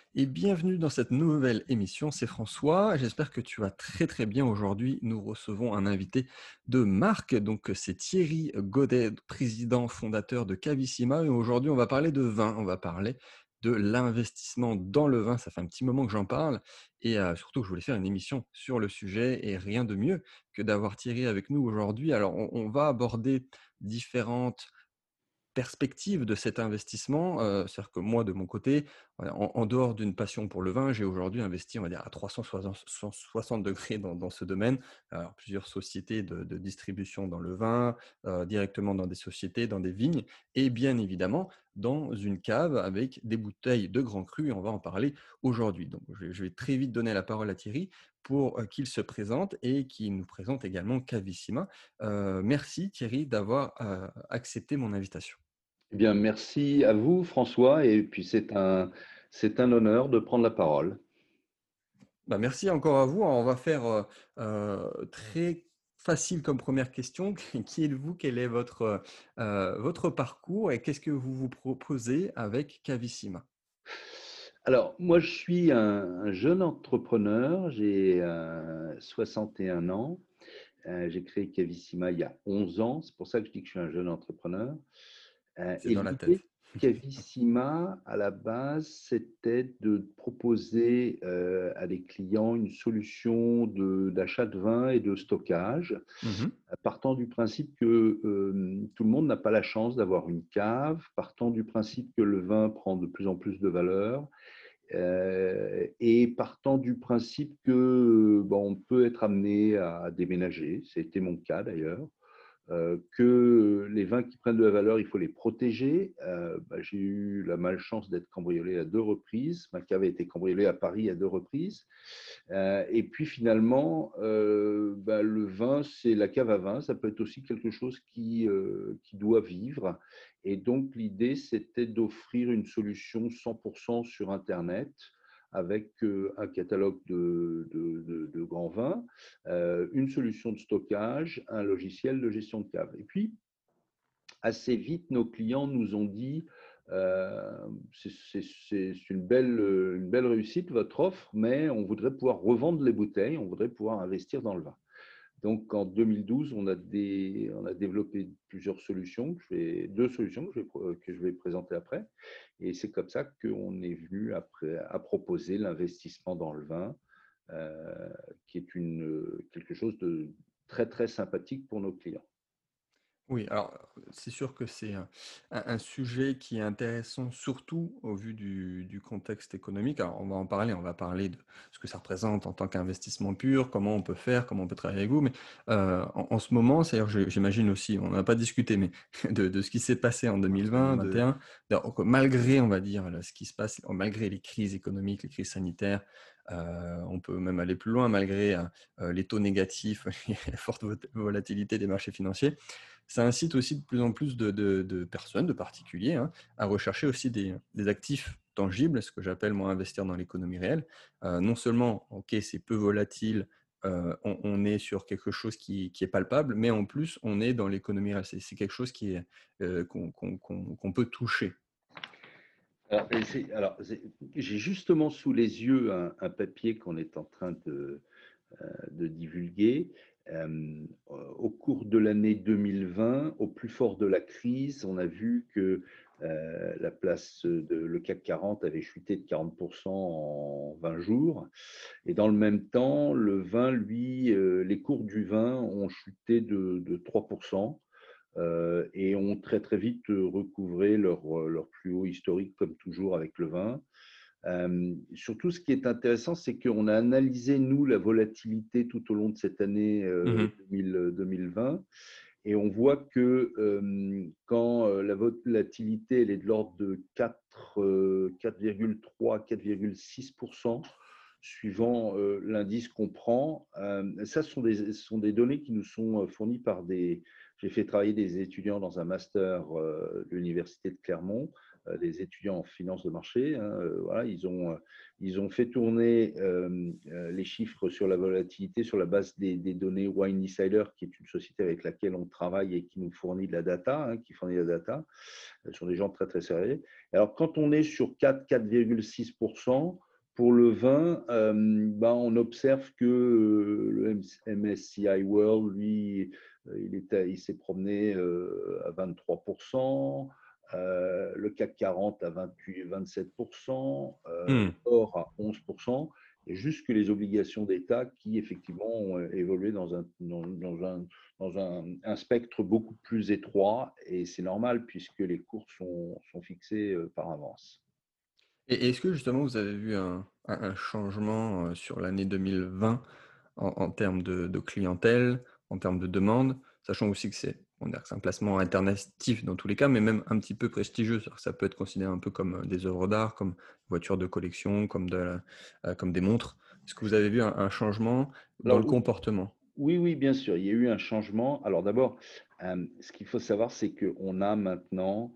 et bienvenue dans cette nouvelle émission. C'est François. J'espère que tu vas très très bien aujourd'hui. Nous recevons un invité de marque. Donc c'est Thierry Godet, président fondateur de Cavissima. Et aujourd'hui, on va parler de vin. On va parler de l'investissement dans le vin. Ça fait un petit moment que j'en parle. Et surtout, je voulais faire une émission sur le sujet. Et rien de mieux que d'avoir Thierry avec nous aujourd'hui. Alors, on va aborder différentes perspective de cet investissement, c'est-à-dire que moi, de mon côté, voilà, en dehors d'une passion pour le vin, j'ai aujourd'hui investi, on va dire, à 360° dans ce domaine. Alors, plusieurs sociétés de distribution dans le vin, directement dans des sociétés, dans des vignes et bien évidemment dans une cave avec des bouteilles de grands crus et on va en parler aujourd'hui. Donc, je vais très vite donner la parole à Thierry pour qu'il se présente et qu'il nous présente également Cavissima. Merci Thierry d'avoir accepté mon invitation. Eh bien, merci à vous, François, et puis c'est un honneur de prendre la parole. Bah, merci encore à vous. Alors, on va faire très facile comme première question. Qui êtes-vous? Quel est votre parcours et qu'est-ce que vous vous proposez avec Cavissima? Alors, moi, je suis un jeune entrepreneur, j'ai 61 ans. J'ai créé Cavissima il y a 11 ans, c'est pour ça que je dis que je suis un jeune entrepreneur. C'est Et dans la l'idée tête. de Cavissima, à la base, c'était de proposer à des clients une solution d'achat de vin et de stockage, Mhm. partant du principe que tout le monde n'a pas la chance d'avoir une cave, partant du principe que le vin prend de plus en plus de valeur, et partant du principe que bon, on peut être amené à déménager, c'était mon cas d'ailleurs, que les vins qui prennent de la valeur, il faut les protéger. J'ai eu la malchance d'être cambriolé à 2 reprises. Ma cave a été cambriolée à Paris à 2 reprises. Et puis finalement, le vin, c'est la cave à vin. Ça peut être aussi quelque chose qui doit vivre. Et donc l'idée, c'était d'offrir une solution 100% sur Internet avec un catalogue de grands vins, une solution de stockage, un logiciel de gestion de cave. Et puis, assez vite, nos clients nous ont dit euh, c'est une belle réussite, votre offre, mais on voudrait pouvoir revendre les bouteilles, on voudrait pouvoir investir dans le vin. Donc, en 2012, on a développé plusieurs solutions, deux solutions que je vais présenter après. Et c'est comme ça qu'on est venu après, à proposer l'investissement dans le vin, euh, qui est quelque chose de très, très sympathique pour nos clients. Oui, alors c'est sûr que c'est un sujet qui est intéressant, surtout au vu du contexte économique. Alors, on va parler de ce que ça représente en tant qu'investissement pur, comment on peut faire, comment on peut travailler avec vous. Mais en ce moment, c'est-à-dire, j'imagine aussi, on n'a pas discuté, mais de ce qui s'est passé en 2020, 2021, donc, malgré, on va dire, là, ce qui se passe, malgré les crises économiques, les crises sanitaires, on peut même aller plus loin, malgré les taux négatifs, la forte volatilité des marchés financiers. Ça incite aussi de plus en plus de personnes, de particuliers, hein, à rechercher aussi des actifs tangibles, ce que j'appelle moi investir dans l'économie réelle. Non seulement, ok, c'est peu volatile, on est sur quelque chose qui est palpable, mais en plus, on est dans l'économie réelle. C'est quelque chose qu'on peut toucher. J'ai justement sous les yeux un papier qu'on est en train de divulguer. Au cours de l'année 2020, au plus fort de la crise, on a vu que le CAC 40 avait chuté de 40% en 20 jours. Et dans le même temps, le vin, lui, les cours du vin ont chuté de 3%. Et ont très très vite recouvré leur plus haut historique, comme toujours avec le vin. Surtout, ce qui est intéressant, c'est qu'on a analysé, nous, la volatilité tout au long de cette année Mhm. 2020, et on voit que quand la volatilité elle est de l'ordre de 4,3, 4,6%, suivant l'indice qu'on prend. Ça, ce sont des données qui nous sont fournies par des... J'ai fait travailler des étudiants dans un master de l'Université de Clermont des étudiants en finance de marché, hein, voilà, ils ont fait tourner les chiffres sur la volatilité sur la base des données Wine Insider, qui est une société avec laquelle on travaille et qui nous fournit de la data, hein, qui fournit la data. Ce sont des gens très, très sérieux. Alors, quand on est sur 4,6% pour le vin, ben, on observe que le MSCI World, lui, il s'est promené à 23%, le CAC 40 à 28, 27%, Hmm. l'or à 11%, et juste que les obligations d'État qui, effectivement, ont évolué dans un spectre beaucoup plus étroit, et c'est normal puisque les cours sont fixés par avance. Et est-ce que justement vous avez vu un changement sur l'année 2020 en termes de clientèle, en termes de demande, sachant aussi que c'est un placement alternatif dans tous les cas, mais même un petit peu prestigieux. C'est-à-dire que ça peut être considéré un peu comme des œuvres d'art, comme voitures de collection, comme des montres. Est-ce que vous avez vu un changement dans le Alors, comportement? oui, oui, bien sûr, il y a eu un changement. Alors d'abord, ce qu'il faut savoir, c'est qu'on a maintenant,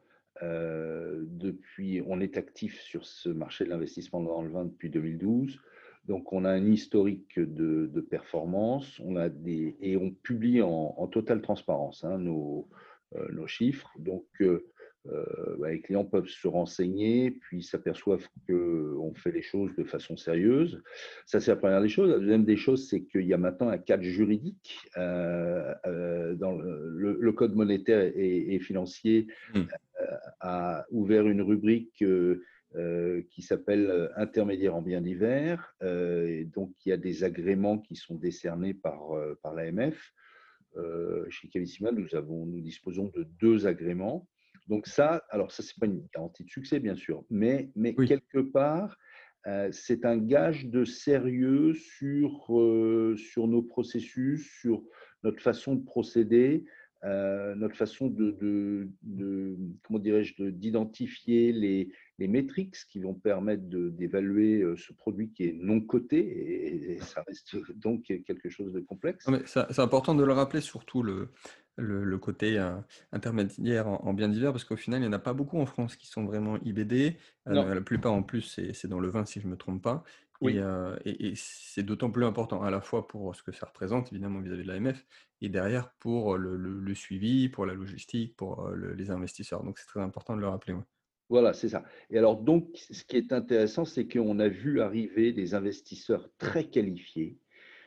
on est actif sur ce marché de l'investissement dans le vin depuis 2012. Donc on a un historique de performance, et on publie en totale transparence, hein, nos chiffres. Donc les clients peuvent se renseigner, puis s'aperçoivent qu'on fait les choses de façon sérieuse. Ça, c'est la première des choses. La deuxième des choses, c'est qu'il y a maintenant un cadre juridique dans le code monétaire et financier Hmm. a ouvert une rubrique qui s'appelle intermédiaire en biens divers. Et donc, il y a des agréments qui sont décernés par l'AMF. Chez Cavissima, nous disposons de 2 agréments. Donc ça, alors ça, c'est pas une garantie de succès, bien sûr, mais Oui. quelque part, c'est un gage de sérieux sur nos processus, sur notre façon de procéder, notre façon comment dirais-je, d'identifier les métriques qui vont permettre d'évaluer ce produit qui est non coté, et ça reste donc quelque chose de complexe. Non, mais c'est important de le rappeler, surtout le côté, intermédiaire en biens divers, parce qu'au final, il y en a pas beaucoup en France qui sont vraiment IBD. Non, La plupart en plus, c'est dans le vin si je me trompe pas, oui. et c'est d'autant plus important à la fois pour ce que ça représente évidemment vis-à-vis de l'AMF, et derrière pour le suivi, pour la logistique, pour, les investisseurs. Donc c'est très important de le rappeler, ouais. Voilà, c'est ça. Et alors donc, ce qui est intéressant, c'est qu'on a vu arriver des investisseurs très qualifiés,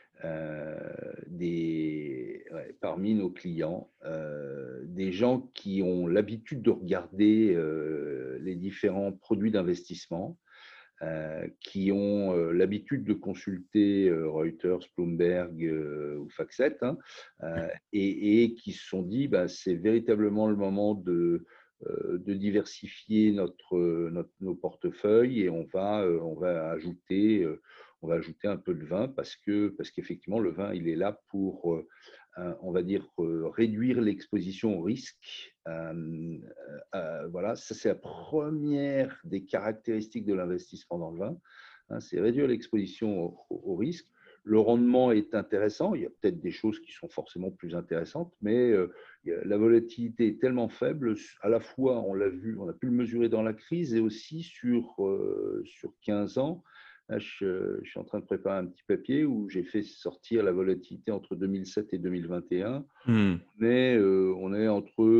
parmi nos clients, des gens qui ont l'habitude de regarder les différents produits d'investissement, qui ont l'habitude de consulter Reuters, Bloomberg ou Factset, hein, et qui se sont dit, bah, c'est véritablement le moment de diversifier nos portefeuilles, et on va ajouter un peu de vin parce qu'effectivement, le vin, il est là pour, on va dire, réduire l'exposition au risque. Voilà, ça c'est la première des caractéristiques de l'investissement dans le vin, hein, c'est réduire l'exposition au risque. Le rendement est intéressant, il y a peut-être des choses qui sont forcément plus intéressantes, mais la volatilité est tellement faible, à la fois on l'a vu, on a pu le mesurer dans la crise, et aussi sur 15 ans. Là, je suis en train de préparer un petit papier où j'ai fait sortir la volatilité entre 2007 et 2021. Mmh. On est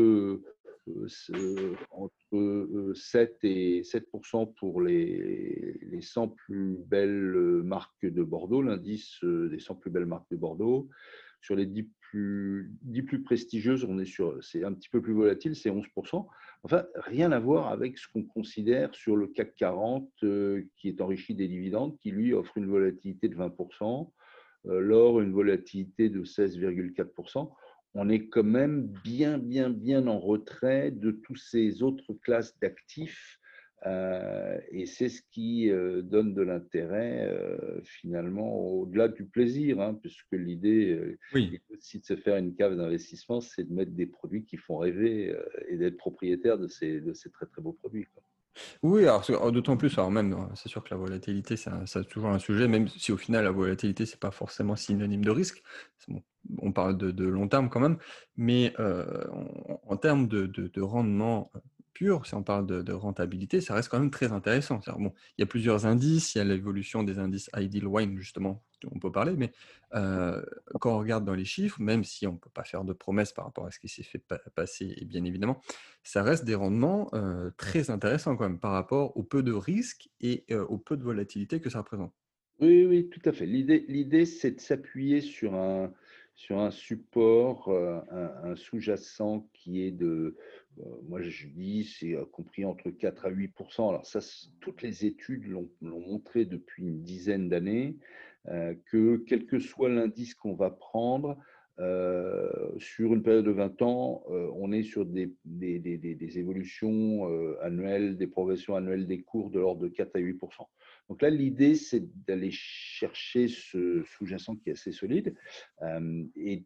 entre 7 et 7% pour les 100 plus belles marques de Bordeaux, l'indice des 100 plus belles marques de Bordeaux. Sur les 10 plus prestigieuses, c'est un petit peu plus volatile, c'est 11%. Enfin, rien à voir avec ce qu'on considère sur le CAC 40, qui est enrichi des dividendes, qui lui offre une volatilité de 20%, l'or une volatilité de 16,4%. On est quand même bien, bien, bien en retrait de toutes ces autres classes d'actifs. Et c'est ce qui donne de l'intérêt finalement au-delà du plaisir, hein, puisque l'idée Oui. est aussi de se faire une cave d'investissement, c'est de mettre des produits qui font rêver et d'être propriétaire de ces très très beaux produits, quoi. Oui, alors d'autant plus, alors même, c'est sûr que la volatilité, c'est toujours un sujet, même si au final la volatilité, c'est pas forcément synonyme de risque. Bon, on parle de long terme quand même, mais en termes de rendement pure, si on parle de rentabilité, ça reste quand même très intéressant. C'est-à-dire, bon, il y a plusieurs indices, il y a l'évolution des indices Ideal Wine justement, dont on peut parler, mais quand on regarde dans les chiffres, même si on ne peut pas faire de promesses par rapport à ce qui s'est fait passer, et bien évidemment, ça reste des rendements très intéressants quand même par rapport au peu de risques et au peu de volatilité que ça représente. Oui, oui, tout à fait. L'idée, c'est de s'appuyer sur un support, un sous-jacent qui est de, moi je dis, c'est compris entre 4 à 8. Alors ça, toutes les études l'ont montré depuis une dizaine d'années, que quel que soit l'indice qu'on va prendre, sur une période de 20 ans, on est sur des évolutions annuelles, des progressions annuelles des cours de l'ordre de 4 à 8. Donc là, l'idée, c'est d'aller chercher ce sous-jacent qui est assez solide, et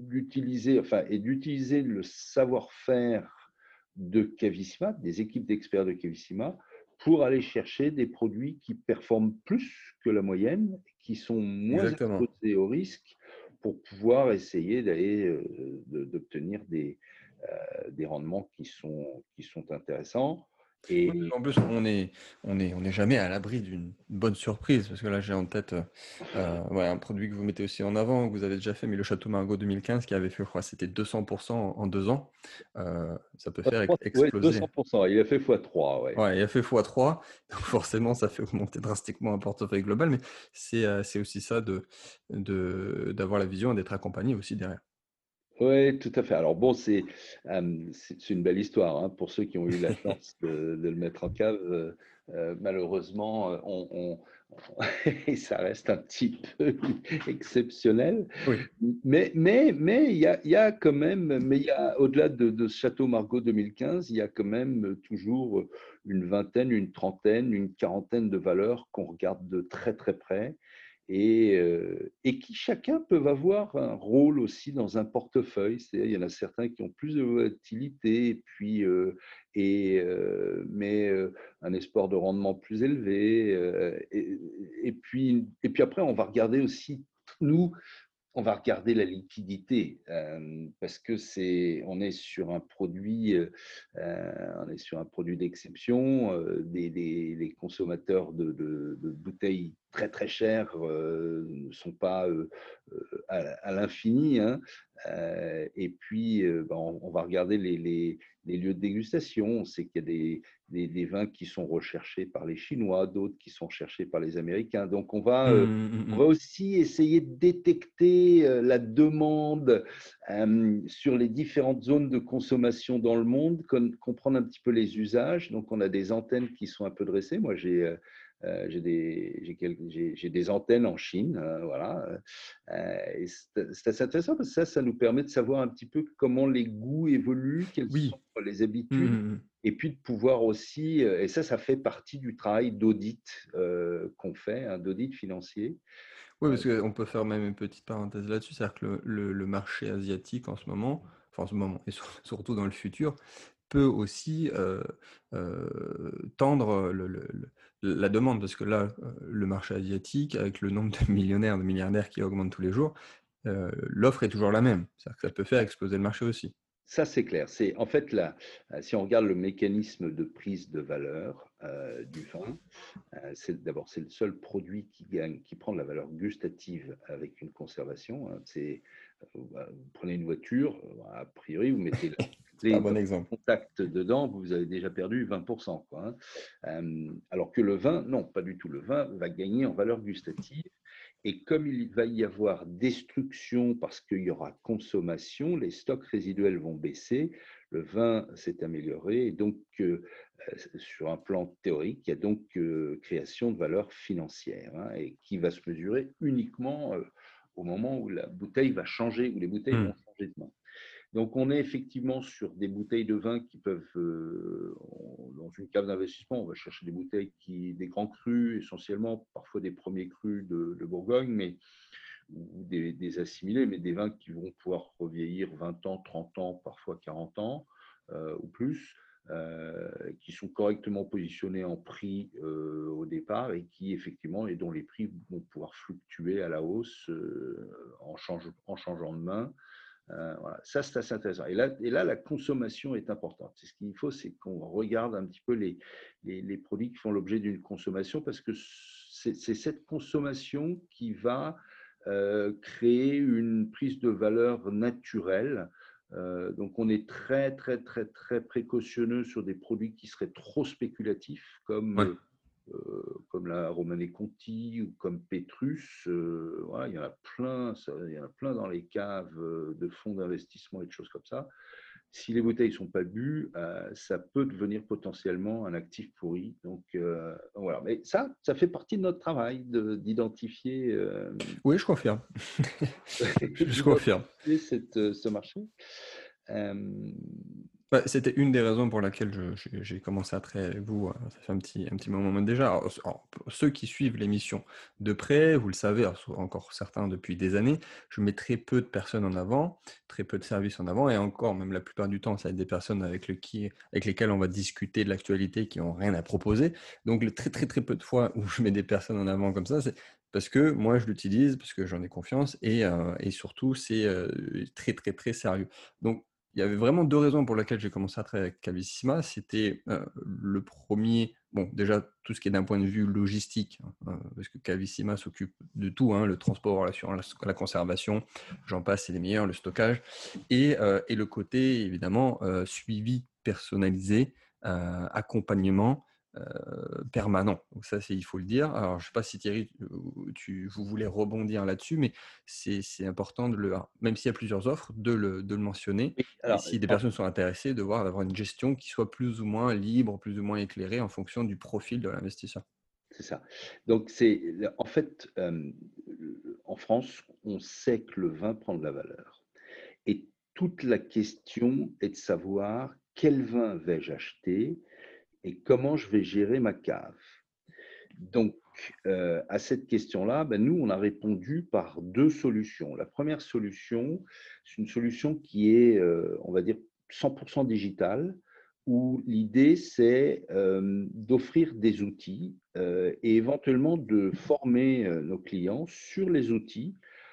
d'utiliser le savoir-faire de Cavissima, des équipes d'experts de Cavissima, pour aller chercher des produits qui performent plus que la moyenne, qui sont moins Exactement. exposés au risque, pour pouvoir essayer d'obtenir des rendements qui sont intéressants. Oui, Et en plus, on est jamais à l'abri d'une bonne surprise parce que là, j'ai en tête, ouais, un produit que vous mettez aussi en avant, que vous avez déjà fait, mais le Château Margaux 2015 qui avait fait, je crois, c'était 200% en 2 ans. Ça peut faire Ouais, exploser. 200%. Il a fait x3, ouais. Ouais, il a fait x3, donc forcément, ça fait augmenter drastiquement un portefeuille global, mais c'est aussi ça d'avoir la vision et d'être accompagné aussi derrière. Oui, tout à fait. Alors bon, c'est une belle histoire, hein, pour ceux qui ont eu la chance de le mettre en cave. Malheureusement, et ça reste un petit peu exceptionnel. Oui. Mais il y a quand même, mais il y a, au-delà de ce Château Margaux 2015, il y a quand même toujours une vingtaine, une trentaine, une quarantaine de valeurs qu'on regarde de très très près, et qui chacun peuvent avoir un rôle aussi dans un portefeuille. C'est-à-dire, il y en a certains qui ont plus de volatilité, mais un espoir de rendement plus élevé. Et puis après, on va regarder aussi, nous, on va regarder la liquidité, parce que on est sur un produit d'exception. Les consommateurs de bouteilles très très chères ne sont pas à l'infini, hein. Et puis, ben, on va regarder les lieux de dégustation. On sait qu'il y a des vins qui sont recherchés par les Chinois, d'autres qui sont recherchés par les Américains. Donc, Mmh, mmh on mh. va aussi essayer de détecter la demande sur les différentes zones de consommation dans le monde, comprendre un petit peu les usages. Donc, on a des antennes qui sont un peu dressées. Moi, j'ai des antennes en Chine, voilà. Et c'est assez intéressant parce que ça nous permet de savoir un petit peu comment les goûts évoluent, quelles sont Oui. les Mmh habitudes, mh, mmh. et puis de pouvoir aussi, et ça fait partie du travail d'audit qu'on fait, hein, d'audit financier. Oui, parce qu'on peut faire même une petite parenthèse là-dessus, c'est-à-dire que le marché asiatique en ce moment, enfin en ce moment et surtout dans le futur, peut aussi, tendre la demande. Parce que là, le marché asiatique, avec le nombre de millionnaires, de milliardaires qui augmente tous les jours, l'offre est toujours la même. C'est-à-dire que ça peut faire exploser le marché aussi. Ça, c'est clair. C'est en fait là, si on regarde le mécanisme de prise de valeur du vin, c'est le seul produit qui prend de la valeur gustative avec une conservation, hein. Vous prenez une voiture, a priori, vous mettez la C'est pas un clé bon dans exemple. le contact dedans, vous avez déjà perdu 20%, quoi, hein. Alors que le vin, non, pas du tout. Le vin va gagner en valeur gustative. Et comme il va y avoir destruction parce qu'il y aura consommation, les stocks résiduels vont baisser, le vin s'est amélioré, et donc sur un plan théorique, il y a donc création de valeur financière, hein, et qui va se mesurer uniquement au moment où la bouteille va changer, où les bouteilles Mmh. vont changer de main. Donc, on est effectivement sur des bouteilles de vin qui peuvent, dans une cave d'investissement, on va chercher des bouteilles des grands crus essentiellement, parfois des premiers crus de Bourgogne, ou des assimilés, mais des vins qui vont pouvoir revieillir 20 ans, 30 ans, parfois 40 ans ou plus, qui sont correctement positionnés en prix au départ, et dont les prix vont pouvoir fluctuer à la hausse en changeant de main. Voilà. Ça, c'est assez intéressant. Et là, la consommation est importante. C'est ce qu'il faut, c'est qu'on regarde un petit peu les produits qui font l'objet d'une consommation, parce que c'est cette consommation qui va créer une prise de valeur naturelle. Donc, on est très, très, très, très précautionneux sur des produits qui seraient trop spéculatifs, Ouais. comme la Romanée Conti ou comme Pétrus. Voilà, il y en a plein, il y en a plein dans les caves de fonds d'investissement et de choses comme ça. Si les bouteilles ne sont pas bues, ça peut devenir potentiellement un actif pourri. Donc, voilà. Mais ça fait partie de notre travail d'identifier Oui, je confirme. Je confirme. d'identifier ce marché. Euh, Bah, c'était une des raisons pour laquelle j'ai commencé à travailler avec vous, ça fait un petit moment déjà. Alors, pour ceux qui suivent l'émission de près, vous le savez, alors encore certains depuis des années, je mets très peu de personnes en avant, très peu de services en avant et encore même la plupart du temps, ça va être des personnes avec lesquelles on va discuter de l'actualité qui ont rien à proposer. Donc le très, très, très peu de fois où je mets des personnes en avant comme ça, c'est parce que moi je l'utilise, parce que j'en ai confiance et surtout c'est, très, très, très sérieux. Donc il y avait vraiment 2 raisons pour lesquelles j'ai commencé à travailler avec Cavissima. C'était, le premier, bon, déjà, tout ce qui est d'un point de vue logistique, hein, parce que Cavissima s'occupe de tout, hein, le transport, l'assurance, la conservation, j'en passe, c'est les meilleurs, le stockage et le côté évidemment, suivi personnalisé, accompagnement, permanent. Donc ça, il faut le dire. Alors je ne sais pas si Thierry, vous voulez rebondir là-dessus, mais c'est important même s'il y a plusieurs offres, de le mentionner. oui, Et alors, si des personnes sont intéressées, d'avoir une gestion qui soit plus ou moins libre, plus ou moins éclairée en fonction du profil de l'investisseur. c'est ça. Donc, en fait, en France, on sait que le vin prend de la valeur. Et toute la question est de savoir quel vin vais-je acheter et comment je vais gérer ma cave. Donc, à cette question-là, ben, nous, on a répondu par deux solutions. La première solution, c'est une solution qui est, on va dire, 100% digitale, où l'idée, c'est d'offrir des outils et éventuellement de former nos clients sur les outils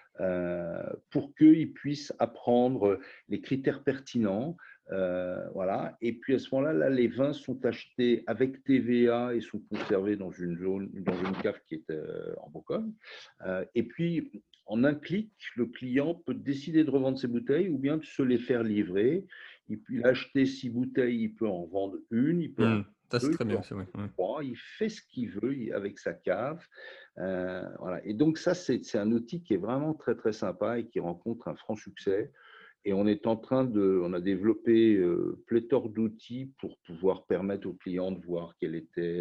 pour qu'ils puissent apprendre les critères pertinents. Voilà. Et puis à ce moment-là, là, les vins sont achetés avec TVA et sont conservés dans une cave qui est en Bourgogne. Et puis, en un clic, le client peut décider de revendre ses bouteilles ou bien de se les faire livrer. Il a acheté 6 bouteilles, il peut en vendre une, il peut en vendre Ça, c'est deux, il très peut bien, en c'est vrai. Ouais. vendre 3. Il fait ce qu'il veut avec sa cave. Voilà. Et donc ça, c'est un outil qui est vraiment très, très sympa et qui rencontre un franc succès. Et on a développé pléthore d'outils pour pouvoir permettre aux clients de voir quelle était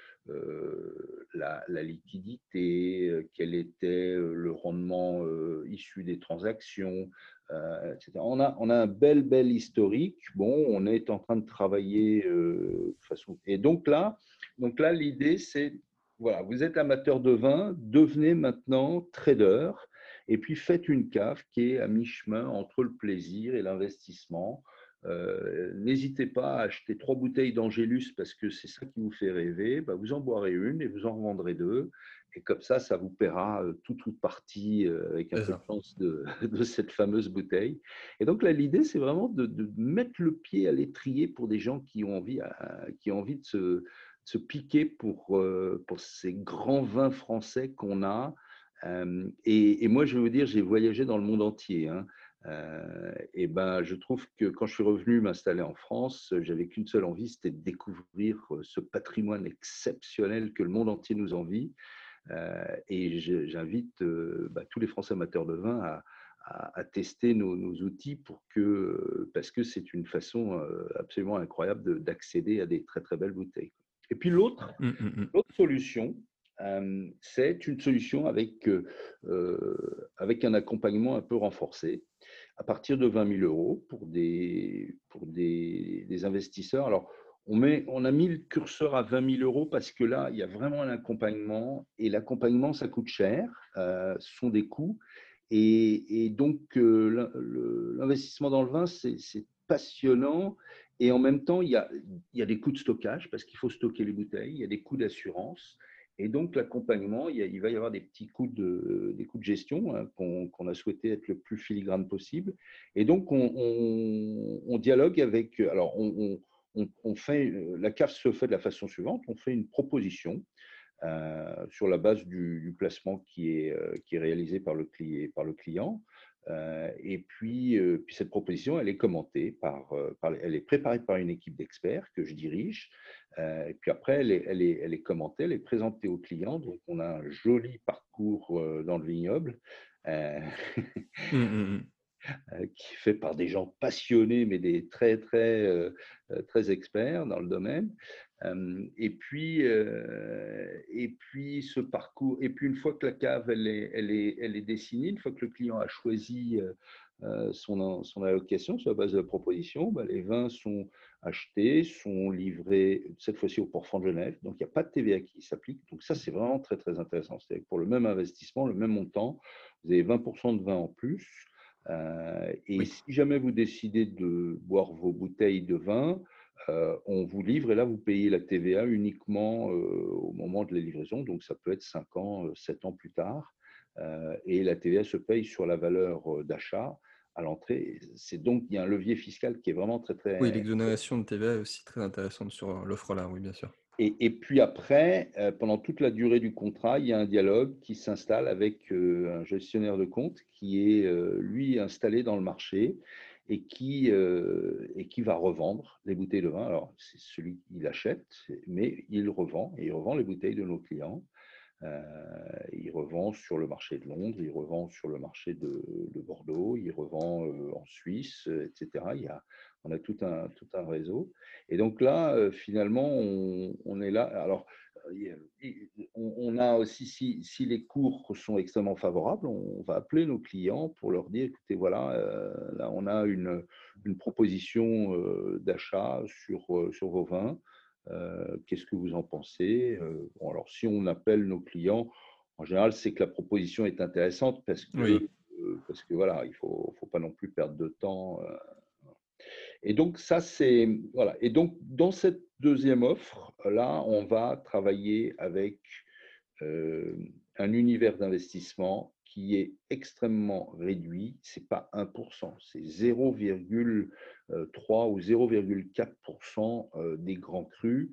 la liquidité, quel était le rendement issu des transactions, etc. On a un bel historique. Bon, on est en train de travailler de façon. Et donc là, l'idée, c'est, voilà, vous êtes amateur de vin, devenez maintenant trader et puis faites une cave qui est à mi-chemin entre le plaisir et l'investissement. N'hésitez pas à acheter 3 bouteilles d'Angélus parce que c'est ça qui vous fait rêver. Bah, vous en boirez une et vous en revendrez 2. Et comme ça vous paiera toute partie avec un C'est peu de ça. chance de cette fameuse bouteille. Et donc là, l'idée, c'est vraiment de mettre le pied à l'étrier pour des gens qui ont envie de se piquer pour ces grands vins français qu'on a. Et moi, je veux dire, j'ai voyagé dans le monde entier. Hein. Et ben, je trouve que quand je suis revenu m'installer en France, j'avais qu'une seule envie, c'était de découvrir ce patrimoine exceptionnel que le monde entier nous envie. Et j'invite tous les Français amateurs de vin à tester nos outils parce que c'est une façon absolument incroyable d'accéder à des très très belles bouteilles. Et puis Mmh, mmh, mmh. l'autre solution, c'est une solution avec un accompagnement un peu renforcé à partir de 20 000 euros pour des investisseurs. Alors, on a mis le curseur à 20 000 euros parce que là, il y a vraiment un accompagnement et l'accompagnement, ça coûte cher. Ce sont des coûts. Et donc, l'investissement dans le vin, c'est passionnant. Et en même temps, il y a des coûts de stockage parce qu'il faut stocker les bouteilles, il y a des coûts d'assurance. Et donc l'accompagnement, il va y avoir des coups de gestion, hein, qu'on a souhaité être le plus filigrane possible. Et donc on dialogue avec. Alors on fait la CAF se fait de la façon suivante. On fait une proposition sur la base du placement qui est réalisé par le client. Et puis cette proposition, elle est commentée elle est préparée par une équipe d'experts que je dirige. Et puis après, elle est commentée, elle est présentée au client. Donc, on a un joli parcours dans le vignoble. Euh, Mmh, mmh mh. qui est fait par des gens passionnés, mais des très experts dans le domaine. Et puis ce parcours, et puis une fois que la cave elle est dessinée, une fois que le client a choisi son allocation sur la base de la proposition, bah, les vins sont achetés, sont livrés cette fois-ci au Port Franc de Genève. Donc il n'y a pas de TVA qui s'applique. Donc ça c'est vraiment très très intéressant. C'est-à-dire que pour le même investissement, le même montant, vous avez 20% de vin en plus. Et Oui. si jamais vous décidez de boire vos bouteilles de vin, on vous livre et là, vous payez la TVA uniquement au moment de la livraison. Donc, ça peut être 5 ans, 7 ans plus tard. Et la TVA se paye sur la valeur d'achat à l'entrée. C'est donc, il y a un levier fiscal qui est vraiment très, Oui, très. l'exonération de TVA est aussi très intéressante sur, l'offre là, oui, bien sûr. Et puis après, pendant toute la durée du contrat, il y a un dialogue qui s'installe avec un gestionnaire de compte qui est, lui, installé dans le marché et qui va revendre les bouteilles de vin. Alors, c'est celui qui l'achète, mais il revend, et il revend les bouteilles de nos clients. Il revend sur le marché de Londres, il revend sur le marché de Bordeaux, il revend en Suisse, etc. On a tout un réseau. Et donc là, finalement, on est là. Alors, on a aussi, si les cours sont extrêmement favorables, on va appeler nos clients pour leur dire, écoutez, voilà, là, on a une proposition d'achat sur vos vins. Qu'est-ce que vous en pensez? Bon, alors, si on appelle nos clients, en général, c'est que la proposition est intéressante Oui, parce que voilà, il faut pas non plus perdre de temps. Et donc, ça, c'est. Voilà. Et donc, dans cette deuxième offre, là, on va travailler avec euh, un univers d'investissement qui est extrêmement réduit. Ce n'est pas 1%, c'est 0,3 ou 0,4% des grands crus.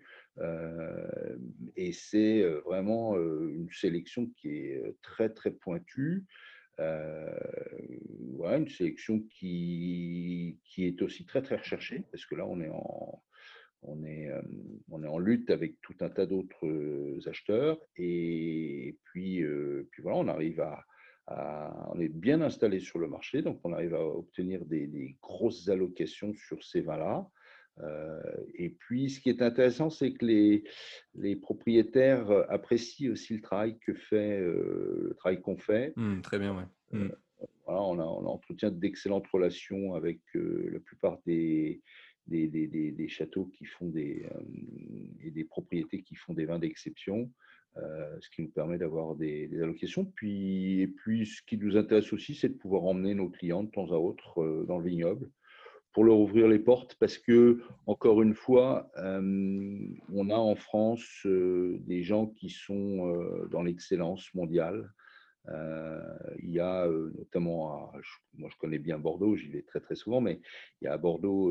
Et c'est vraiment une sélection qui est très, très pointue. Euh, voilà, une sélection qui est aussi très, très recherchée, parce que là, on est, euh, on est en lutte avec tout un tas d'autres acheteurs. Et puis voilà, on est bien installé sur le marché, donc on arrive à obtenir des grosses allocations sur ces vins-là. Et puis, ce qui est intéressant, c'est que les propriétaires apprécient aussi le travail qu'on fait. mmh, très bien, ouais. Mmh. Voilà, on entretient d'excellentes relations avec la plupart des châteaux qui font et des propriétés qui font des vins d'exception, ce qui nous permet d'avoir des allocations. Et puis, ce qui nous intéresse aussi, c'est de pouvoir emmener nos clients de temps à autre dans le vignoble pour leur ouvrir les portes parce que, encore une fois, on a en France des gens qui sont dans l'excellence mondiale. Il y a notamment, moi je connais bien Bordeaux, j'y vais très très souvent, mais il y a à Bordeaux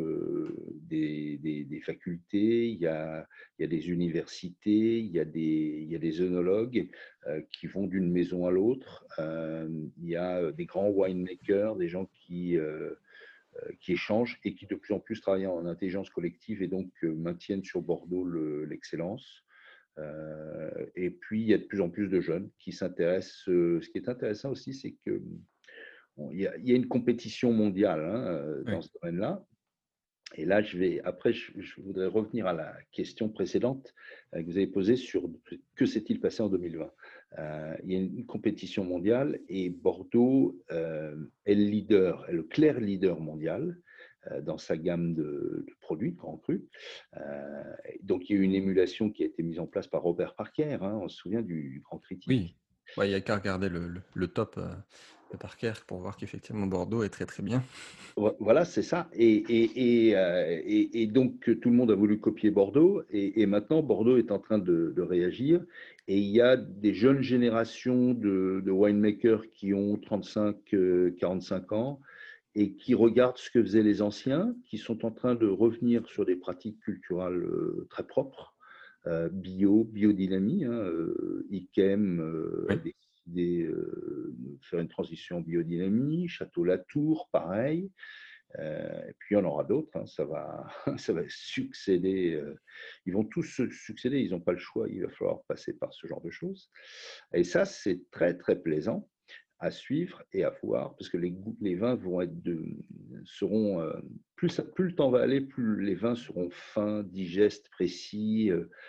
des facultés, il y a des universités, il y a des œnologues qui vont d'une maison à l'autre. Il y a des grands winemakers, des gens qui échangent et qui de plus en plus travaillent en intelligence collective et donc maintiennent sur Bordeaux l'excellence. Et puis, il y a de plus en plus de jeunes qui s'intéressent. Ce qui est intéressant aussi, c'est qu'il y a une compétition mondiale dans Oui. ce domaine-là. Et là, après, je voudrais revenir à la question précédente que vous avez posée sur que s'est-il passé en 2020. Il y a une compétition mondiale et Bordeaux est le leader, est le clair leader mondial dans sa gamme de produits de grands crus. Donc, il y a eu une émulation qui a été mise en place par Robert Parker, hein, on se souvient du grand critique. Oui. Ouais, il y a qu'à regarder le top, de Parker pour voir qu'effectivement Bordeaux est très, très bien. Voilà, c'est ça. Et donc, tout le monde a voulu copier Bordeaux. Et maintenant, Bordeaux est en train de réagir. Et il y a des jeunes générations de winemakers qui ont 35, 45 ans et qui regardent ce que faisaient les anciens, qui sont en train de revenir sur des pratiques culturelles très propres, biodynamie. IKEM a Oui. décidé de faire une transition en biodynamie, Château Latour, pareil. Et puis il y en aura d'autres, hein, ça va, ça va succéder. Ils vont tous se succéder, ils n'ont pas le choix, il va falloir passer par ce genre de choses. Et ça, c'est très, très plaisant à suivre et à voir, parce que les vins vont seront, plus le temps va aller, plus les vins seront fins, digestes, précis.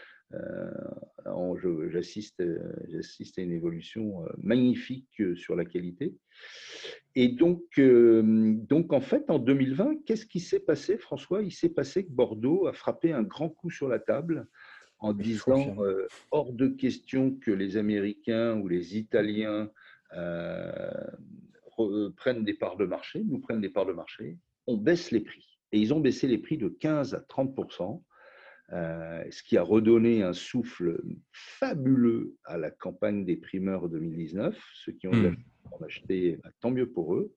J'assiste à une évolution magnifique sur la qualité. Et donc, en fait, en 2020, qu'est-ce qui s'est passé, François? Il s'est passé que Bordeaux a frappé un grand coup sur la table en Oui, je disant confirme. hors de question que les Américains ou les Italiens euh, prennent des parts de marché, nous prennent des parts de marché, on baisse les prix. Et ils ont baissé les prix de 15 à 30%, ce qui a redonné un souffle fabuleux à la campagne des primeurs 2019. Ceux qui ont eu la Hmm. chance d'en acheter, tant mieux pour eux.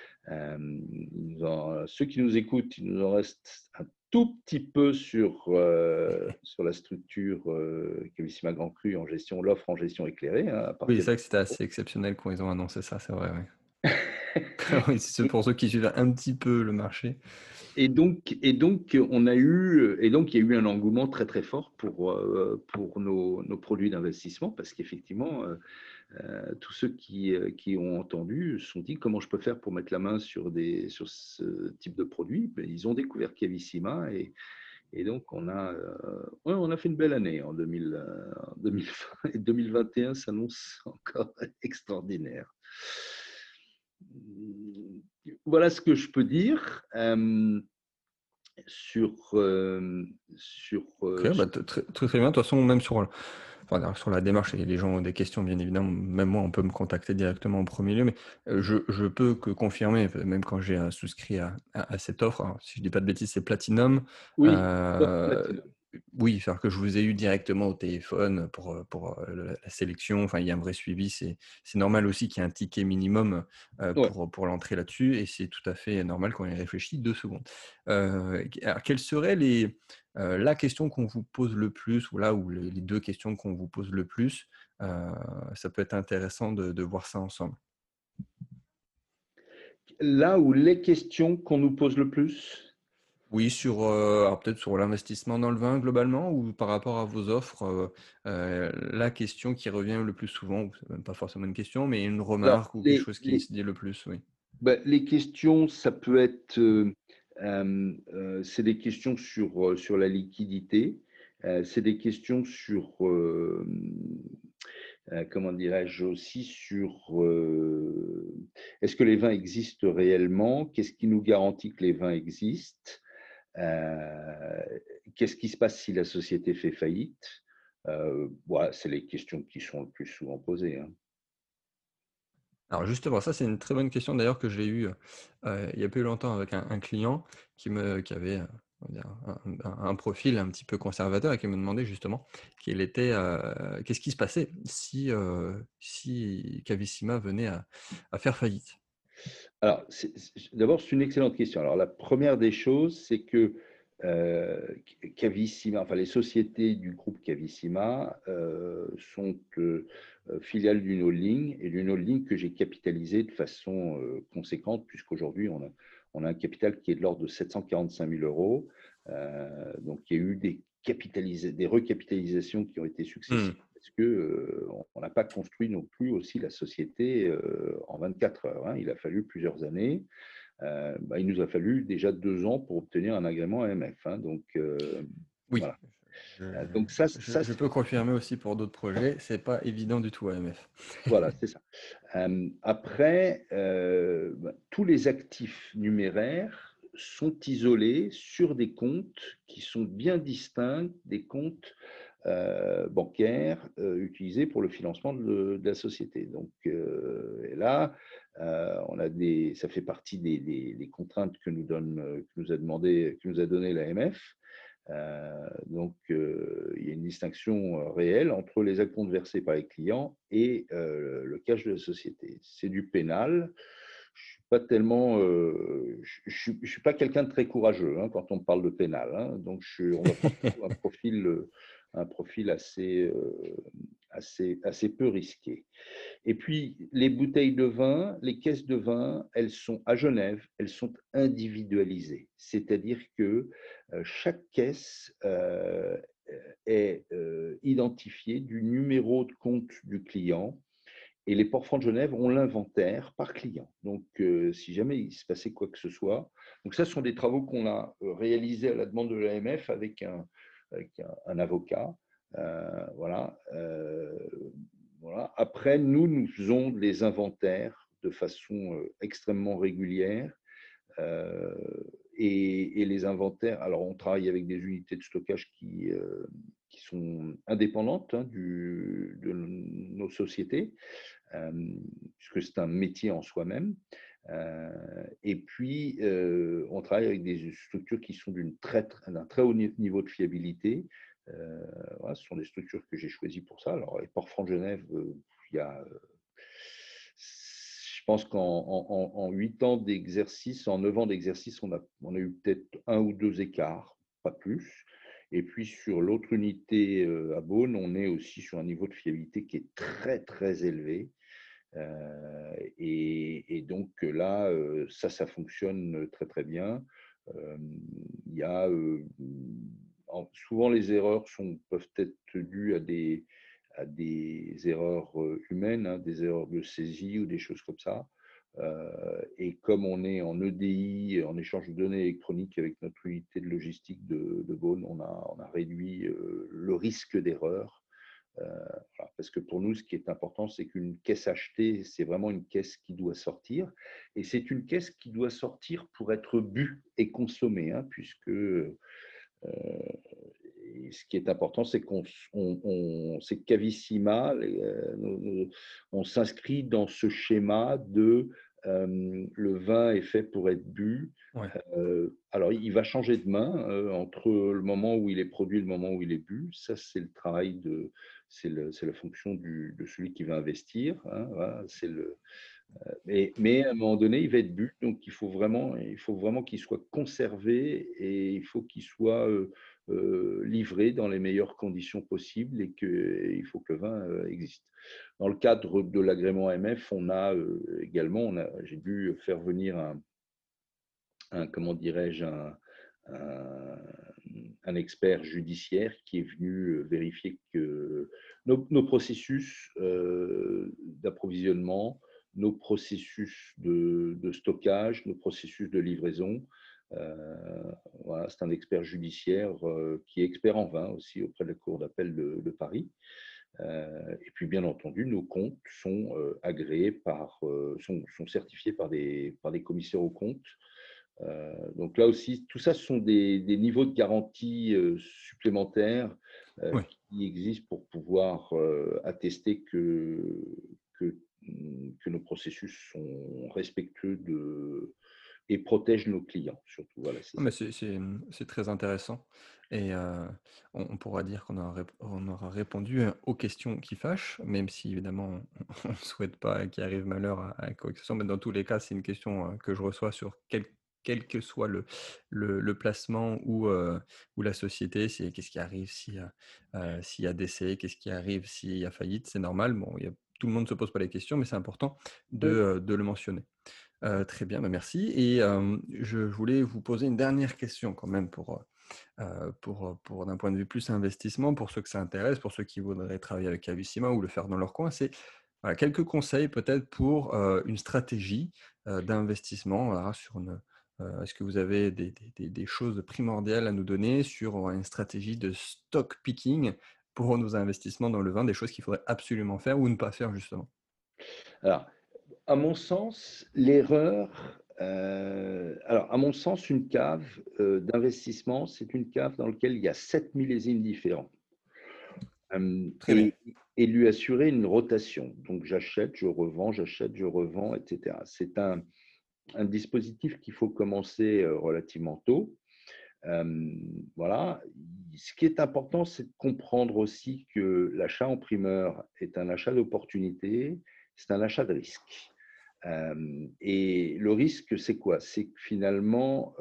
Ceux qui nous écoutent, il nous en reste un tout petit peu sur la structure Cavissima Grand Cru en gestion, l'offre en gestion éclairée, hein, à Oui, partir c'est de... vrai que c'était assez exceptionnel quand ils ont annoncé ça, c'est vrai. Oui, c'est pour ceux qui suivent un petit peu le marché. Et donc, il y a eu un engouement très très fort pour nos produits d'investissement, parce qu'effectivement, tous ceux qui ont entendu se sont dit comment je peux faire pour mettre la main sur ce type de produit. Ben, ils ont découvert Cavissima et donc ouais, on a fait une belle année en 2020 et 2021 s'annonce encore extraordinaire. Voilà ce que je peux dire sur, sur, Ok, bah, très, très, très bien. De toute façon, même enfin, sur la démarche, et les gens ont des questions, bien évidemment, même moi, on peut me contacter directement en premier lieu, mais je peux que confirmer, même quand j'ai souscrit à cette offre, alors, si je dis pas de bêtises, c'est Platinum. oui, top euh, Platinum. oui, faire que je vous ai eu directement au téléphone pour la sélection, enfin, il y a un vrai suivi, c'est normal aussi qu'il y ait un ticket minimum Ouais. pour l'entrée là-dessus, et c'est tout à fait normal quand on y réfléchit 2 secondes. Alors, quelles seraient la question qu'on vous pose le plus, ou là où les 2 questions qu'on vous pose le plus, ça peut être intéressant de voir ça ensemble. Là où les questions qu'on nous pose le plus, Oui, alors peut-être sur l'investissement dans le vin globalement, ou par rapport à vos offres, la question qui revient le plus souvent, ou c'est même pas forcément une question, mais une alors remarque ou quelque chose qui se dit le plus, oui. ben, les questions, ça peut être, c'est des questions sur la liquidité, c'est des questions comment dirais-je, aussi est-ce que les vins existent réellement? Qu'est-ce qui nous garantit que les vins existent? Euh, Qu'est-ce qui se passe si la société fait faillite? Voilà, c'est les questions qui sont le plus souvent posées, hein. Alors justement, ça c'est une très bonne question d'ailleurs que j'ai eue, il y a pas longtemps avec un client qui avait, on va dire un profil un petit peu conservateur et qui me demandait justement qu'est-ce qui se passait si Cavissima venait à faire faillite? Alors, d'abord, c'est une excellente question. Alors, la première des choses, c'est que Cavissima, enfin les sociétés du groupe Cavissima sont filiales d'une holding et d'une holding que j'ai capitalisée de façon conséquente, puisqu'aujourd'hui, on a un capital qui est de l'ordre de 745 000 euros. Donc, il y a eu des recapitalisations qui ont été successives Mmh. parce que on n'a pas construit non plus aussi la société en 24 heures, hein. Il a fallu plusieurs années. Il nous a fallu déjà 2 ans pour obtenir un agrément AMF, hein. Donc, Oui, voilà. je Donc, ça, je peux confirmer aussi pour d'autres projets, c'est pas évident du tout AMF. voilà, c'est ça. Après, tous les actifs numéraires sont isolés sur des comptes qui sont bien distincts des comptes bancaires utilisés pour le financement de la société. Donc, et là, ça fait partie des contraintes que nous a donné l'AMF. Donc, il y a une distinction réelle entre les acomptes versés par les clients et le cash de la société. C'est du pénal. Je suis pas tellement, je suis pas quelqu'un de très courageux hein, quand on parle de pénal. Hein. Donc, on va prendre plutôt un profil assez peu risqué. Et puis, les bouteilles de vin, les caisses de vin, elles sont à Genève, elles sont individualisées. C'est-à-dire que chaque caisse est identifiée du numéro de compte du client. Et les ports-francs de Genève ont l'inventaire par client. Donc, si jamais il se passait quoi que ce soit, donc ça, ce sont des travaux qu'on a réalisés à la demande de l'AMF avec un avocat. Voilà. Voilà. Après, nous faisons les inventaires de façon extrêmement régulière. Euh, et les inventaires, alors on travaille avec des unités de stockage qui sont indépendantes hein, de nos sociétés, puisque c'est un métier en soi-même. Et puis, on travaille avec des structures qui sont d'un très haut niveau de fiabilité. Voilà, ce sont des structures que j'ai choisies pour ça. Alors, les Port-Francs de Genève, il y a, je pense qu'en 8 ans d'exercice, en 9 ans d'exercice, on a eu peut-être un ou deux écarts, pas plus. Et puis sur l'autre unité à Beaune, on est aussi sur un niveau de fiabilité qui est très très élevé. Et donc là, ça fonctionne très très bien. Il y a souvent les erreurs peuvent être dues à des erreurs humaines, hein, des erreurs de saisie ou des choses comme ça. Et comme on est en EDI, en échange de données électroniques avec notre unité de logistique de Beaune, on a réduit le risque d'erreur. Voilà, parce que pour nous, ce qui est important, c'est qu'une caisse achetée, c'est vraiment une caisse qui doit sortir. Et c'est une caisse qui doit sortir pour être bue et consommée, hein, puisque ce qui est important, c'est c'est Cavissima, on s'inscrit dans ce schéma de le vin est fait pour être bu. Ouais. Alors, il va changer de main entre le moment où il est produit et le moment où il est bu. Ça, c'est le travail c'est la fonction de celui qui va investir. Hein, voilà, mais à un moment donné, il va être bu, donc il faut vraiment qu'il soit conservé et il faut qu'il soit livré dans les meilleures conditions possibles et il faut que le vin existe. Dans le cadre de l'agrément AMF, on a également, j'ai dû faire venir comment dirais-je, un expert judiciaire qui est venu vérifier que nos processus d'approvisionnement, nos processus de stockage, nos processus de livraison. Voilà, c'est un expert judiciaire qui est expert en vin aussi auprès de la Cour d'appel de Paris. Et puis, bien entendu, nos comptes sont agréés sont certifiés par des commissaires aux comptes. Donc là aussi, tout ça, ce sont des niveaux de garantie supplémentaires Oui. qui existent pour pouvoir attester que, que nos processus sont respectueux et protègent nos clients, surtout. Voilà, c'est Non, ça. mais c'est très intéressant et on pourra dire on aura répondu aux questions qui fâchent, même si évidemment on ne souhaite pas qu'il arrive malheur à quoi que ce soit, mais dans tous les cas, c'est une question, que je reçois sur quel que soit le placement ou la société. C'est qu'est-ce qui arrive s'il y a décès? Qu'est-ce qui arrive s'il y a faillite? C'est normal, bon, tout le monde ne se pose pas les questions, mais c'est important Ouais. de le mentionner. Très bien, bah, merci et je voulais vous poser une dernière question quand même pour d'un point de vue plus investissement, pour ceux que ça intéresse, pour ceux qui voudraient travailler avec Cavissima ou le faire dans leur coin. C'est, voilà, quelques conseils peut-être pour, une stratégie, d'investissement, voilà, est-ce que vous avez des choses primordiales à nous donner sur, une stratégie de stock picking pour nos investissements dans le vin, des choses qu'il faudrait absolument faire ou ne pas faire justement? Alors, à mon sens, l'erreur, alors à mon sens, une cave d'investissement, c'est une cave dans laquelle il y a 7 millésimes différents. Très bien. Et lui assurer une rotation. Donc j'achète, je revends, etc. C'est un dispositif qu'il faut commencer relativement tôt. Voilà. Ce qui est important, c'est de comprendre aussi que l'achat en primeur est un achat d'opportunité, c'est un achat de risque. Et le risque, c'est quoi? C'est que finalement,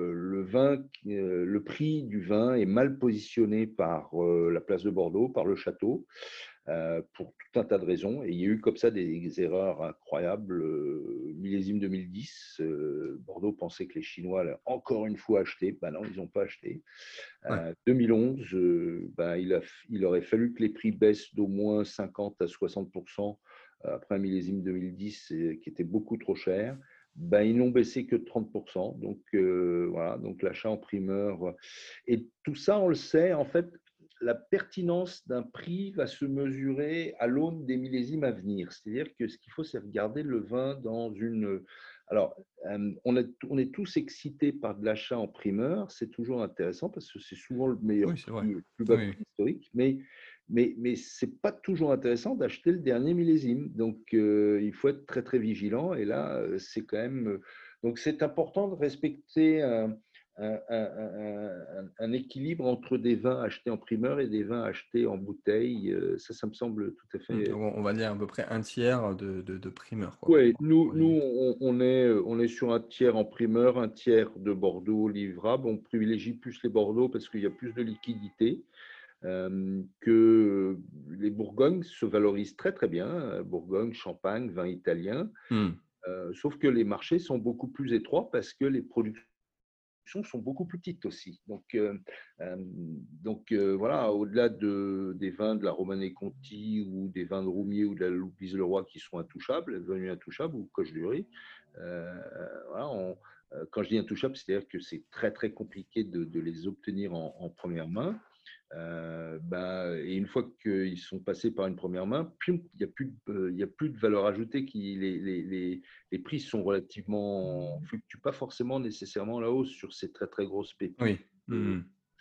le prix du vin est mal positionné par la place de Bordeaux, par le château, pour tout un tas de raisons. Et il y a eu comme ça des erreurs incroyables. Millésime 2010, Bordeaux pensait que les Chinois allaient encore une fois acheter. Ben non, ils n'ont pas acheté. Ouais. 2011, ben, il aurait fallu que les prix baissent d'au moins 50 à 60% après un millésime 2010 qui était beaucoup trop cher. Ben, ils n'ont baissé que de 30%. Donc, voilà, donc l'achat en primeur. Et tout ça, on le sait, en fait, la pertinence d'un prix va se mesurer à l'aune des millésimes à venir. C'est-à-dire que ce qu'il faut, c'est regarder le vin dans une… Alors, on est tous excités par de l'achat en primeur. C'est toujours intéressant parce que c'est souvent le meilleur Oui, c'est vrai. prix, le plus bas Oui. prix historique. Mais ce n'est pas toujours intéressant d'acheter le dernier millésime. Donc, il faut être très, très vigilant. Et là, c'est quand même… Donc, c'est important de respecter un équilibre entre des vins achetés en primeur et des vins achetés en bouteille. Ça me semble tout à fait… Donc on va dire à peu près un tiers de primeur, quoi, Oui, pour les vins. on est sur un tiers en primeur, un tiers de Bordeaux livrable. On privilégie plus les Bordeaux parce qu'il y a plus de liquidité. Que les Bourgognes se valorisent très très bien, Bourgogne, Champagne, vin italien, Mmh. sauf que les marchés sont beaucoup plus étroits parce que les productions sont beaucoup plus petites aussi. Voilà, au-delà des vins de la Romanée Conti ou des vins de Roumier ou de la Louise-le-Roi qui sont intouchables, devenus intouchables, ou Coche du Riz, voilà, quand je dis intouchables, c'est-à-dire que c'est très très compliqué de les obtenir en première main. Et une fois qu'ils sont passés par une première main, il n'y a plus de valeur ajoutée. Les prix sont relativement, fluctuent pas forcément nécessairement à la hausse sur ces très très grosses pépites. Oui. Mmh.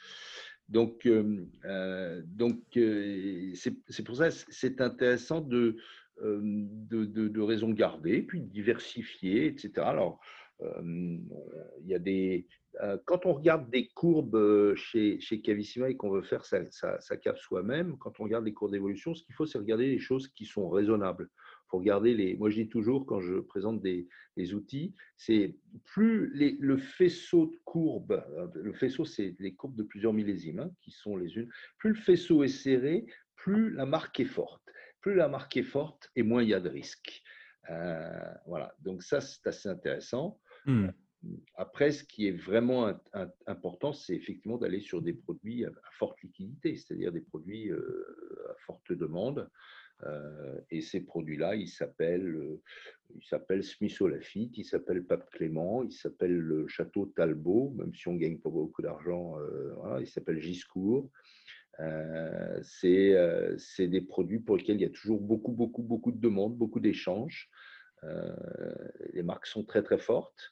C'est pour ça que c'est intéressant de raison garder, puis de diversifier, etc. Alors, il y a quand on regarde des courbes chez Cavissima et qu'on veut faire sa cave soi-même, quand on regarde les courbes d'évolution, ce qu'il faut, c'est regarder les choses qui sont raisonnables. Faut regarder moi, je dis toujours, quand je présente des outils, c'est plus le faisceau de courbes, le faisceau, c'est les courbes de plusieurs millésimes, hein, qui sont les unes, plus le faisceau est serré, plus la marque est forte. Plus la marque est forte, et moins il y a de risques. Voilà, donc ça, c'est assez intéressant. Mmh. Après, ce qui est vraiment important, c'est effectivement d'aller sur des produits à forte liquidité, c'est-à-dire des produits à forte demande. Et ces produits-là, ils s'appellent Smith Lafitte, ils s'appellent Pape Clément, ils s'appellent le Château Talbot, même si on ne gagne pas beaucoup d'argent, voilà, ils s'appellent Giscourt. C'est des produits pour lesquels il y a toujours beaucoup, beaucoup, beaucoup de demandes, beaucoup d'échanges. Euh, les marques sont très, très fortes.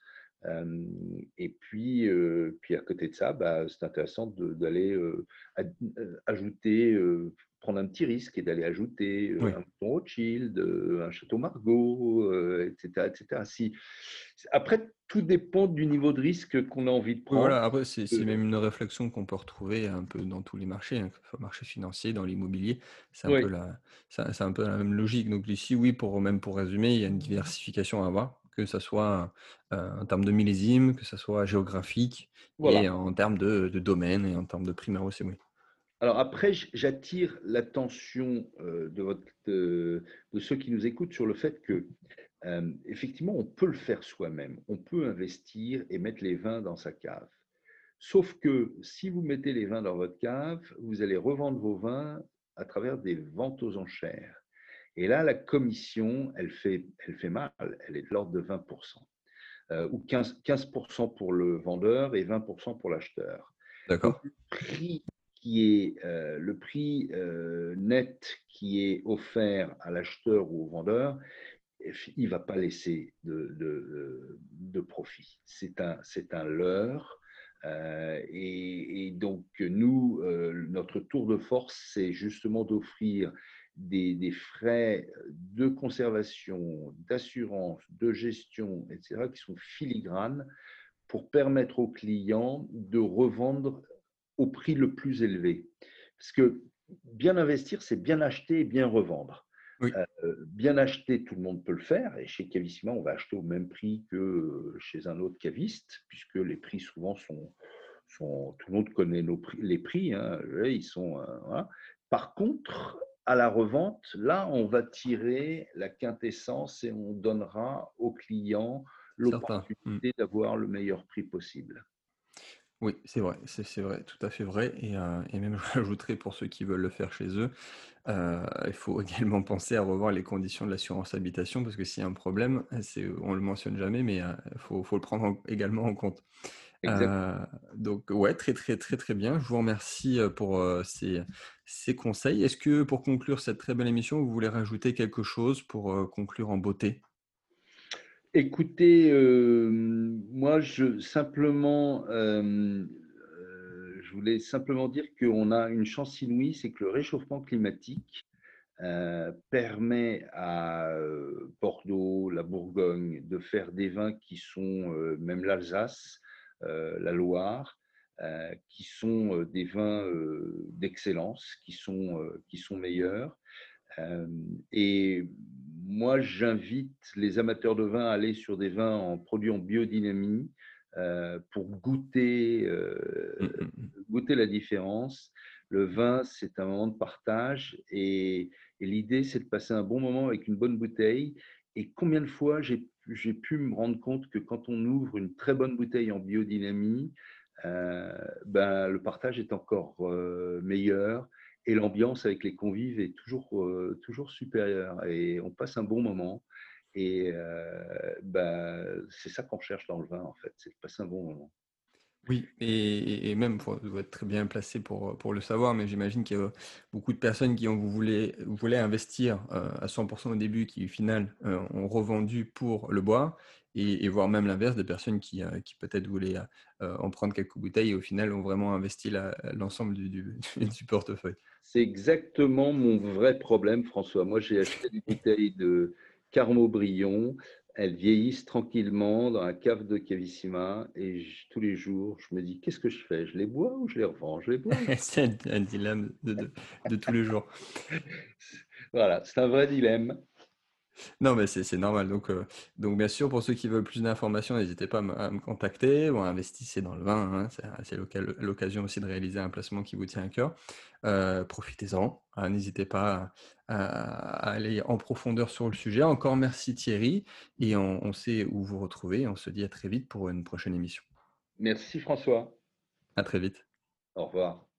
Puis à côté de ça, c'est intéressant d'aller ajouter, prendre un petit risque et d'aller ajouter Oui. un mouton Rothschild, un château Margaux, etc., etc. Après, tout dépend du niveau de risque qu'on a envie de Oui, prendre. voilà, après c'est même une réflexion qu'on peut retrouver un peu dans tous les marchés, hein, que ce soit marché financier, dans l'immobilier, Oui, c'est un peu la même logique. Donc ici, oui, même pour résumer, il y a une diversification à avoir, que ça soit, en termes de millésime, que ça soit géographique voilà. et en termes de domaine et en termes de primeur aussi, oui. Alors après, j'attire l'attention de ceux qui nous écoutent sur le fait que effectivement, on peut le faire soi-même. On peut investir et mettre les vins dans sa cave. Sauf que si vous mettez les vins dans votre cave, vous allez revendre vos vins à travers des ventes aux enchères. Et là, la commission, elle fait mal. Elle est de l'ordre de 20%, ou 15% pour le vendeur et 20% pour l'acheteur. Donc, D'accord. le prix net qui est offert à l'acheteur ou au vendeur, il ne va pas laisser de profit. C'est un leurre. Et donc, nous, notre tour de force, c'est justement d'offrir des frais de conservation, d'assurance, de gestion, etc., qui sont filigranes pour permettre aux clients de revendre au prix le plus élevé. Parce que bien investir, c'est bien acheter et bien revendre. Oui, Bien acheter, tout le monde peut le faire. Et chez Cavissima, on va acheter au même prix que chez un autre caviste, puisque les prix souvent tout le monde connaît les prix, hein, ils sont, voilà. Par contre, à la revente, là, on va tirer la quintessence et on donnera au client certain. l'opportunité d'avoir le meilleur prix possible. Oui, c'est vrai, c'est vrai, tout à fait vrai et même je rajouterais pour ceux qui veulent le faire chez eux, il faut également penser à revoir les conditions de l'assurance habitation parce que s'il y a un problème, on le mentionne jamais mais faut le prendre également en compte. Exact. Heu, donc ouais, très, très, très, très bien. Je vous remercie, pour, ces conseils. Est-ce que pour conclure cette très belle émission, vous voulez rajouter quelque chose pour, conclure en beauté? Écoutez, moi, je voulais simplement dire qu'on a une chance inouïe, c'est que le réchauffement climatique permet à Bordeaux, la Bourgogne, de faire des vins qui sont, même l'Alsace, la Loire, qui sont des vins d'excellence, qui sont meilleurs. Et moi, j'invite les amateurs de vin à aller sur des vins produits en biodynamie pour Mmh, mmh mh. goûter la différence. Le vin, c'est un moment de partage et l'idée, c'est de passer un bon moment avec une bonne bouteille. Et combien de fois j'ai pu me rendre compte que quand on ouvre une très bonne bouteille en biodynamie, ben, le partage est encore meilleur et l'ambiance avec les convives est toujours supérieure et on passe un bon moment. Et bah, c'est ça qu'on cherche dans le vin, en fait, c'est de passer un bon moment. Oui et même vous êtes très bien placé pour le savoir, mais j'imagine qu'il y a beaucoup de personnes qui voulaient investir, à 100 au début, qui au final, ont revendu pour le boire et voire même l'inverse, des personnes qui peut-être voulaient, en prendre quelques bouteilles et au final ont vraiment investi l'ensemble du du portefeuille. C'est exactement mon vrai problème, François. Moi, j'ai acheté des bouteilles de Carmaux-Brion. Elles vieillissent tranquillement dans la cave de Cavissima et tous les jours, je me dis, qu'est-ce que je fais? Je les bois ou je les revends? Je les bois ou C'est un dilemme de tous les jours. Voilà, c'est un vrai dilemme. Non, mais c'est normal. Donc bien sûr, pour ceux qui veulent plus d'informations, n'hésitez pas à me contacter ou investissez dans le vin, hein. C'est l'occasion aussi de réaliser un placement qui vous tient à cœur. Profitez-en, n'hésitez pas à aller en profondeur sur le sujet. Encore merci Thierry et on sait où vous retrouver. On se dit à très vite pour une prochaine émission. Merci, François. À très vite. Au revoir.